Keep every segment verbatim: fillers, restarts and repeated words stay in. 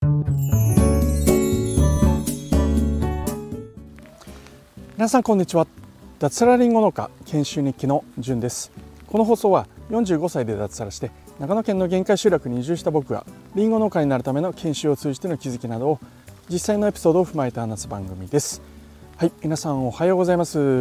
皆さんこんにちは。脱サラリンゴ農家研修日記のじゅんです。この放送はよんじゅうごさいで脱サラして長野県の限界集落に移住した僕がリンゴ農家になるための研修を通じての気づきなどを実際のエピソードを踏まえて話す番組です。はい、皆さんおはようございます。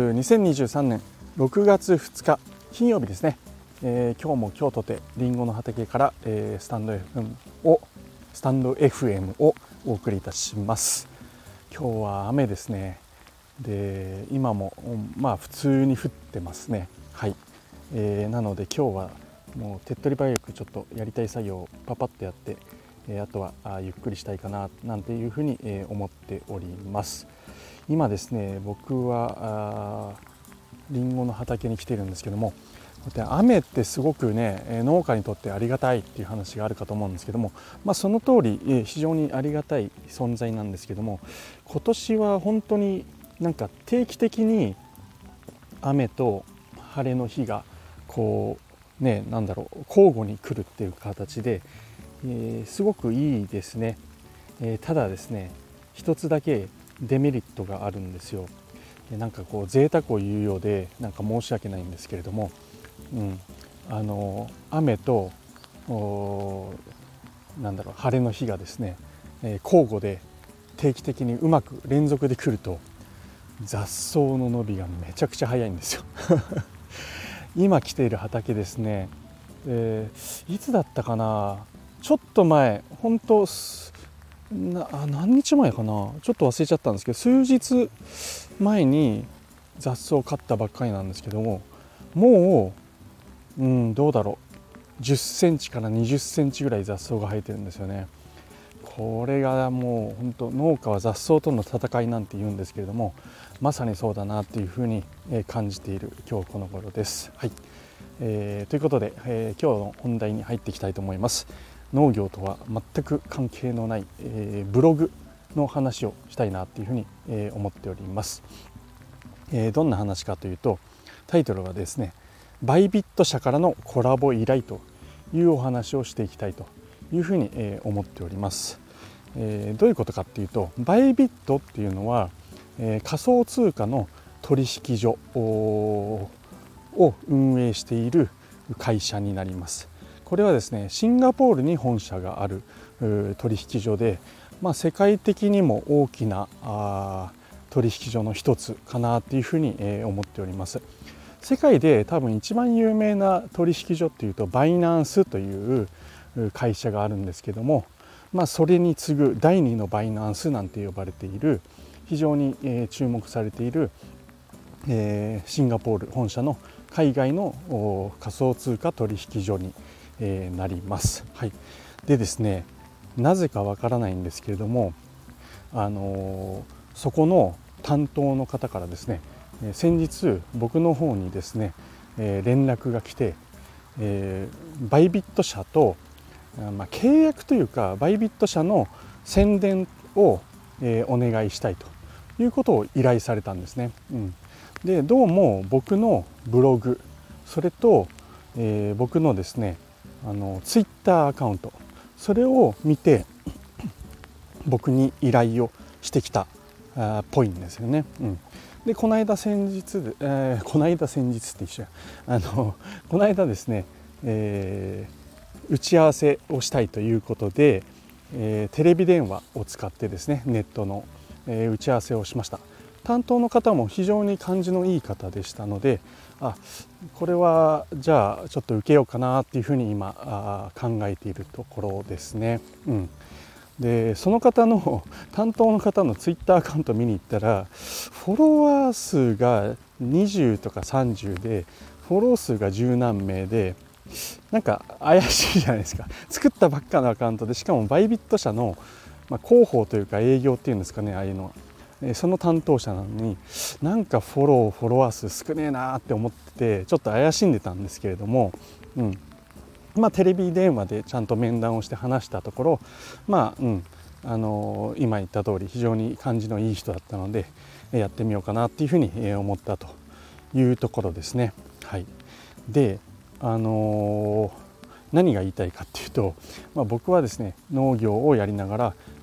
にせんにじゅうさんねんろくがつふつか金曜日ですね。えー、今日も今日とてリンゴの畑から、えー、スタンド エフエム をスタンド エフエム をお送りいたします。今日は雨ですね。で今もまあ普通に降ってますね。はい、えー、なので今日はもう手っ取り早くちょっとやりたい作業をパパッとやって、えー、あとはあゆっくりしたいかななんていうふうに、えー、思っております。今ですね、僕はリンゴの畑に来ているんですけども、雨ってすごくね農家にとってありがたいっていう話があるかと思うんですけども、まあ、その通り非常にありがたい存在なんですけども、今年は本当になんか定期的に雨と晴れの日がこうねなんだろう交互に来るっていう形で、えー、すごくいいですね。えー、ただですね、一つだけデメリットがあるんですよ。なんかこう贅沢を言うようでなんか申し訳ないんですけれども、うん、あの雨となんだろう晴れの日がですね、えー、交互で定期的にうまく連続で来ると雑草の伸びがめちゃくちゃ早いんですよ今来ている畑ですね、えー、いつだったかな、ちょっと前本当な何日前かな、ちょっと忘れちゃったんですけど、数日前に雑草を刈ったばっかりなんですけども、もう、うん、どうだろうじゅっセンチからにじゅっセンチぐらい雑草が生えてるんですよね。これがもう本当農家は雑草との戦いなんて言うんですけれども、まさにそうだなっていうふうに感じている今日この頃です。はい、えー、ということで、えー、今日の本題に入っていきたいと思います。農業とは全く関係のない、えー、ブログの話をしたいなっていうふうに、えー、思っております。えー、どんな話かというと、タイトルはですね、バイビット社からのコラボ依頼というお話をしていきたいというふうに、えー、思っております。えー、どういうことかっていうと、バイビットっていうのは、えー、仮想通貨の取引所を運営している会社になります。これはですね、シンガポールに本社がある取引所で、まあ、世界的にも大きなあ取引所の一つかなというふうに、えー、思っております。世界で多分一番有名な取引所っていうとバイナンスという会社があるんですけども、まあ、それに次ぐ第二のバイナンスなんて呼ばれている非常に、えー、注目されている、えー、シンガポール本社の海外の仮想通貨取引所に、えー、なります。はい、でですね、なぜかわからないんですけれども、あのー、そこの担当の方からですね、先日僕の方にですね、えー、連絡が来て、えー、バイビット社と、まあ、契約というかバイビット社の宣伝を、えー、お願いしたいということを依頼されたんですね。うん、でどうも僕のブログ、それと、えー、僕のですねあのツイッターアカウント、それを見て僕に依頼をしてきたっぽいんですよね。うん、でこの間先日で、えー、この間先日って一緒やあのこの間ですね、えー、打ち合わせをしたいということで、えー、テレビ電話を使ってですねネットの、えー、打ち合わせをしました。担当の方も非常に感じのいい方でしたので、あこれはじゃあちょっと受けようかなっていうふうに今あ考えているところですね。うん、でその方の担当の方のツイッターアカウント見に行ったら、フォロワー数がにじゅうとかさんじゅうでフォロー数が十何名で、なんか怪しいじゃないですか。作ったばっかのアカウントで、しかもバイビット社の、まあ、広報というか営業っていうんですかね、ああいうのはその担当者なのに、なんかフォローフォロワー数少ねえなって思ってて、ちょっと怪しんでたんですけれども、うんまあ、テレビ電話でちゃんと面談をして話したところ、まあうんあのー、今言った通り非常に感じのいい人だったので、やってみようかなっていうふうに思ったというところですね。はい、で、あのー、何が言いたいかっていうと、まあ、僕はですね農業をやりながら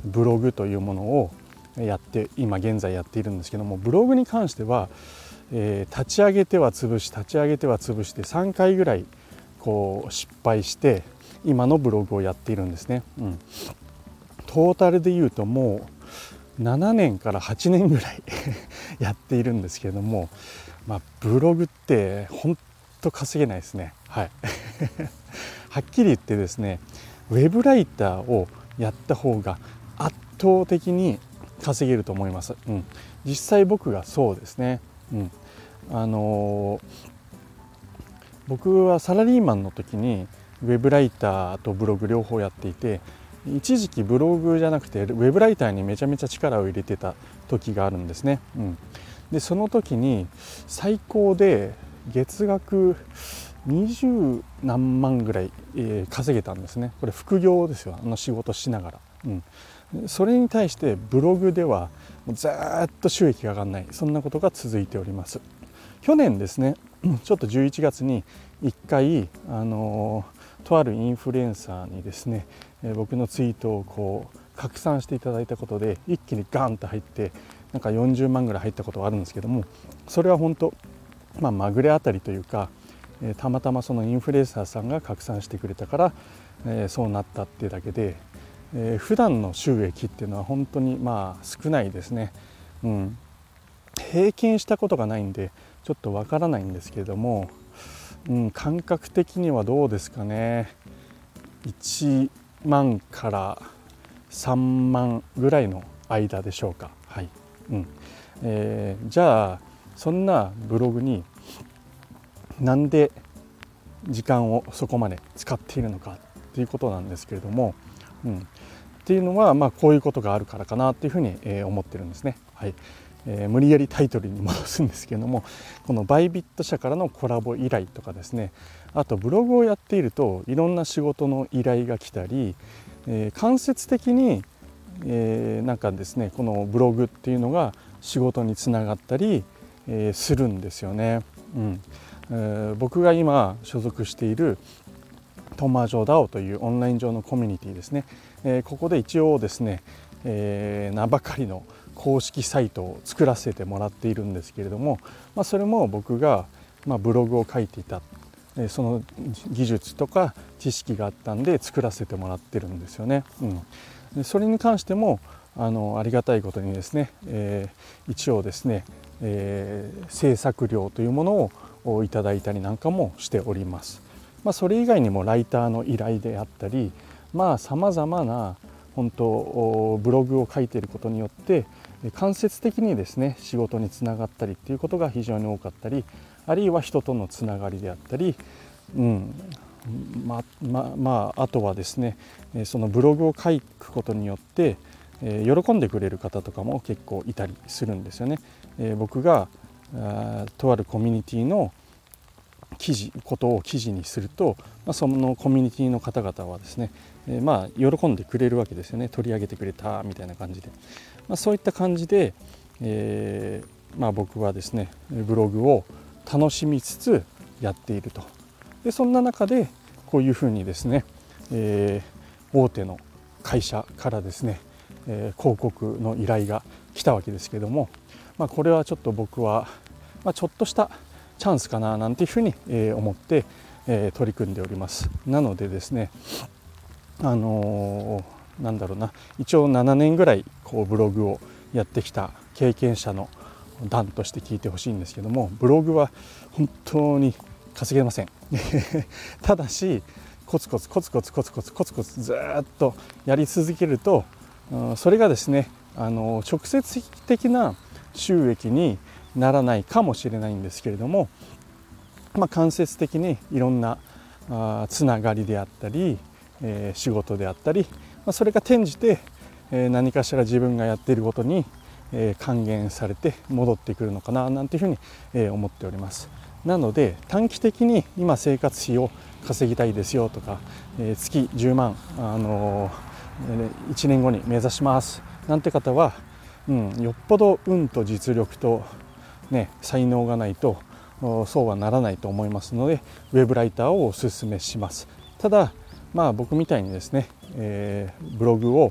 ブログというものをやって今現在やっているんですけども、ブログに関しては、えー、立ち上げては潰し立ち上げては潰してさんかいぐらいこう失敗して今のブログをやっているんですね、うん、トータルでいうともうななねんからはちねんぐらいやっているんですけれども、まあ、ブログって本当稼げないですね。はいはっきり言ってですね、ウェブライターをやった方が圧倒的に稼げると思います、うん、実際僕がそうですね、うん、あのー、僕はサラリーマンの時にウェブライターとブログ両方やっていて、一時期ブログじゃなくてウェブライターにめちゃめちゃ力を入れてた時があるんですね、うん、でその時に最高で月額にじゅうなんまんぐらい、えー、稼げたんですね。これ副業ですよ、あの仕事しながら、うん、それに対してブログではもうずっと収益が上がらない、そんなことが続いております。去年ですね、ちょっとじゅういちがつにいっかい、あのー、とあるインフルエンサーにですね、えー、僕のツイートをこう拡散していただいたことで一気にガンと入ってなんかよんじゅうまんぐらい入ったことがあるんですけども、それは本当まあまぐれあたりというか、えー、たまたまそのインフルエンサーさんが拡散してくれたから、えー、そうなったっていうだけで、えー、普段の収益っていうのは本当にまあ少ないですね、うん、平均したことがないんでちょっとわからないんですけれども、うん、感覚的にはどうですかね、いちまんからさんまんぐらいの間でしょうか。はい、うんえー、じゃあそんなブログになんで時間をそこまで使っているのかっていうことなんですけれども、うん、っていうのはまあこういうことがあるからかなっていうふうに思ってるんですね。はいえー、無理やりタイトルに戻すんですけれども、このバイビット社からのコラボ依頼とかですね、あとブログをやっているといろんな仕事の依頼が来たり、えー、間接的に、えー、なんかですねこのブログっていうのが仕事につながったり、えー、するんですよね。うんえー、僕が今所属しているトマジョダオというオンライン上のコミュニティですね、えー、ここで一応ですね、えー、名ばかりの公式サイトを作らせてもらっているんですけれども、まあ、それも僕が、まあ、ブログを書いていた、えー、その技術とか知識があったんで作らせてもらってるんですよね。うん、でそれに関してもあのありがたいことにですね、えー、一応ですね、えー、制作料というものをいただいたりなんかもしております。まあ、それ以外にもライターの依頼であったり、まあさまざまな本当ブログを書いていることによって間接的にですね仕事につながったりっていうことが非常に多かったり、あるいは人とのつながりであったり、うんまままあ、あとはですねそのブログを書くことによって喜んでくれる方とかも結構いたりするんですよね。僕がとあるコミュニティの記事ことを記事にすると、まあ、そのコミュニティの方々はですね、えー、まあ喜んでくれるわけですよね。取り上げてくれたみたいな感じで、まあ、そういった感じで、えーまあ、僕はですねブログを楽しみつつやっていると。でそんな中でこういうふうにですね、えー、大手の会社からですね、えー、広告の依頼が来たわけですけども、まあ、これはちょっと僕は、まあ、ちょっとしたチャンスかななんていうふうに思って取り組んでおります。なのでですね、あのー、なんだろうな、一応ななねんぐらいこうブログをやってきた経験者の談として聞いてほしいんですけども、ブログは本当に稼げませんただしコツコツコツコツコツコツコツコツずっとやり続けると、それがですねあの直接的な収益にならないかもしれないんですけれども、まあ、間接的にいろんなあつながりであったり、えー、仕事であったり、まあ、それが転じて、えー、何かしら自分がやっていることに、えー、還元されて戻ってくるのかななんていうふうに、えー、思っております。なので短期的に今生活費を稼ぎたいですよとか、えー、月じゅうまん、あのー、いちねんごに目指しますなんて方は、うん、よっぽど運と実力とね、才能がないとそうはならないと思いますのでウェブライターをお勧めします。ただまあ僕みたいにですね、えー、ブログを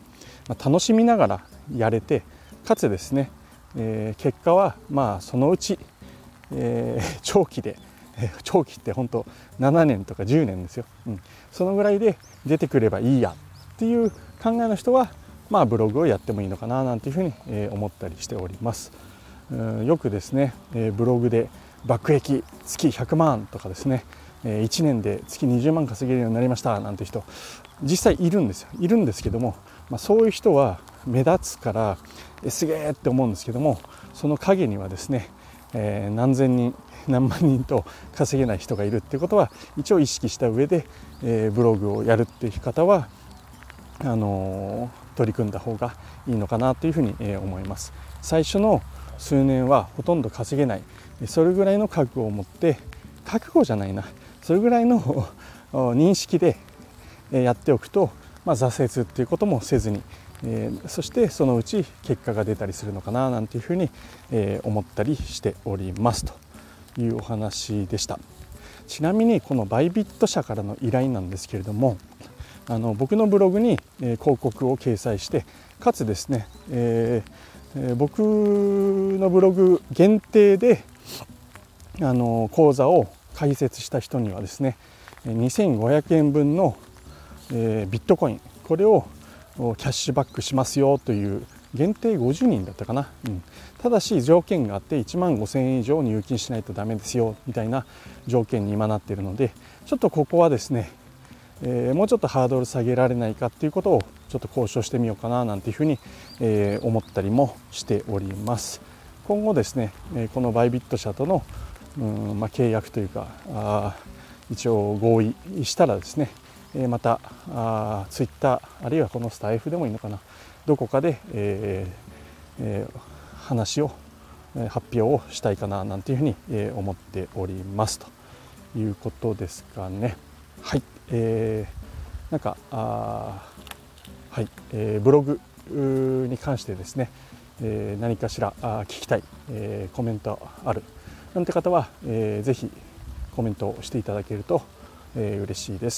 まあ、楽しみながらやれて、かつですね、えー、結果はまあそのうち、えー、長期で、えー、長期って本当ななねんとかじゅうねんですよ、うん、そのぐらいで出てくればいいやっていう考えの人は、まあ、ブログをやってもいいのかななんていうふうに、えー、思ったりしております。うん、よくですね、えー、ブログで爆益月ひゃくまんとかですね、いちねんで月にじゅうまん稼げるようになりましたなんて人実際いるんですよいるんですけども、まあ、そういう人は目立つからえすげえって思うんですけども、その陰にはですね、えー、何千人何万人と稼げない人がいるっていうことは一応意識した上で、えー、ブログをやるっていう方はあのー、取り組んだ方がいいのかなというふうに、えー、思います。最初の数年はほとんど稼げない、それぐらいの覚悟を持って、覚悟じゃないなそれぐらいの認識でやっておくと、まあ、挫折っていうこともせずに、えー、そしてそのうち結果が出たりするのかななんていうふうに、えー、思ったりしておりますというお話でした。ちなみにこのバイビット社からの依頼なんですけれども、あの僕のブログに、えー、広告を掲載して、かつですね、えーえー、僕のブログ限定であの講座を開設した人にはですねにせんごひゃくえんぶんの、えー、ビットコイン、これをキャッシュバックしますよという限定ごじゅうにんだったかな、うん、ただし条件があっていちまんごせんえん以上入金しないとダメですよみたいな条件に今なっているので、ちょっとここはですね、えー、もうちょっとハードル下げられないかっていうことをちょっと交渉してみようかななんていうふうに、えー、思ったりもしております。今後ですね、このバイビット社とのうんまあ、契約というかあ一応合意したらですね、えー、またあツイッターあるいはこのスタイフでもいいのかな、どこかで、えーえー、話を発表をしたいかななんていうふうに、えー、思っておりますということですかね。はい、えー、なんかあはい、えー、ブログに関してですね、えー、何かしらあ聞きたい、えー、コメントあるなんて方は、えー、ぜひコメントをしていただけると、えー、嬉しいです。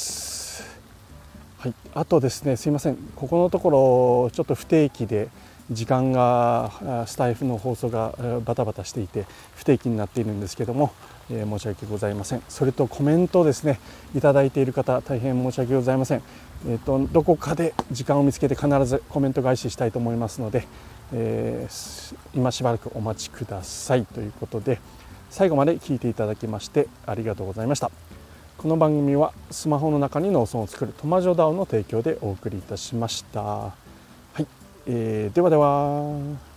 はい、あとですね、すいません、ここのところちょっと不定期で時間がスタイフの放送がバタバタしていて不定期になっているんですけども、えー、申し訳ございません。それとコメントをですねいただいている方、大変申し訳ございません。えーと、どこかで時間を見つけて必ずコメント返ししたいと思いますので、えー、今しばらくお待ちくださいということで、最後まで聞いていただきましてありがとうございました。この番組はスマホの中に農村を作るトマジョダオの提供でお送りいたしました。はい、えー、ではでは。